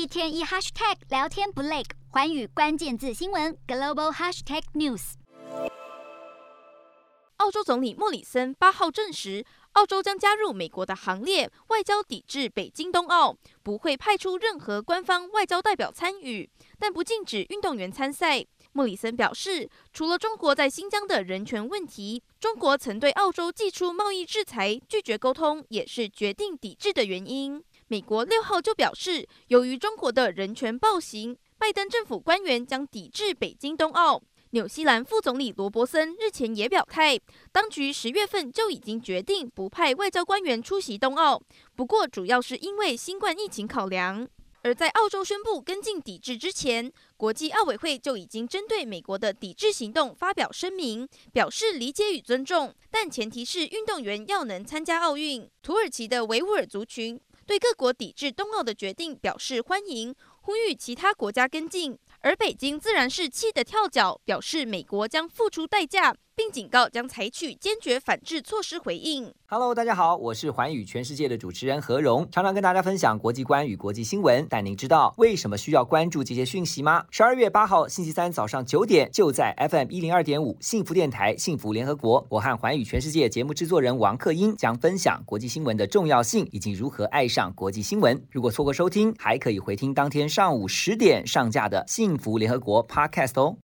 天一 hashtag 聊天不累，寰宇关键字新闻 global hashtag news。 澳洲总理莫里森8号证实，澳洲将加入美国的行列，外交抵制北京冬奥，不会派出任何官方外交代表参与，但不禁止运动员参赛。莫里森表示，除了中国在新疆的人权问题，中国曾对澳洲祭出贸易制裁，拒绝沟通，也是决定抵制的原因。美国6号就表示，由于中国的人权暴行，拜登政府官员将抵制北京冬奥。纽西兰副总理罗伯森日前也表态，当局10月份就已经决定不派外交官员出席冬奥，不过主要是因为新冠疫情考量。而在澳洲宣布跟进抵制之前，国际奥委会就已经针对美国的抵制行动发表声明，表示理解与尊重，但前提是运动员要能参加奥运。土耳其的维吾尔族群对各国抵制冬奥的决定表示欢迎，呼吁其他国家跟进。而北京自然是气得跳脚，表示美国将付出代价，并警告将采取坚决反制措施回应。 Hello， 大家好，我是寰宇全世界的主持人何荣，常常跟大家分享国际观与国际新闻。但您知道为什么需要关注这些讯息吗？12月8号星期三早上9点，就在 FM 102.5幸福电台幸福联合国，我和寰宇全世界节目制作人王克英将分享国际新闻的重要性以及如何爱上国际新闻。如果错过收听，还可以回听当天上午10点上架的幸福联合国 Podcast 哦。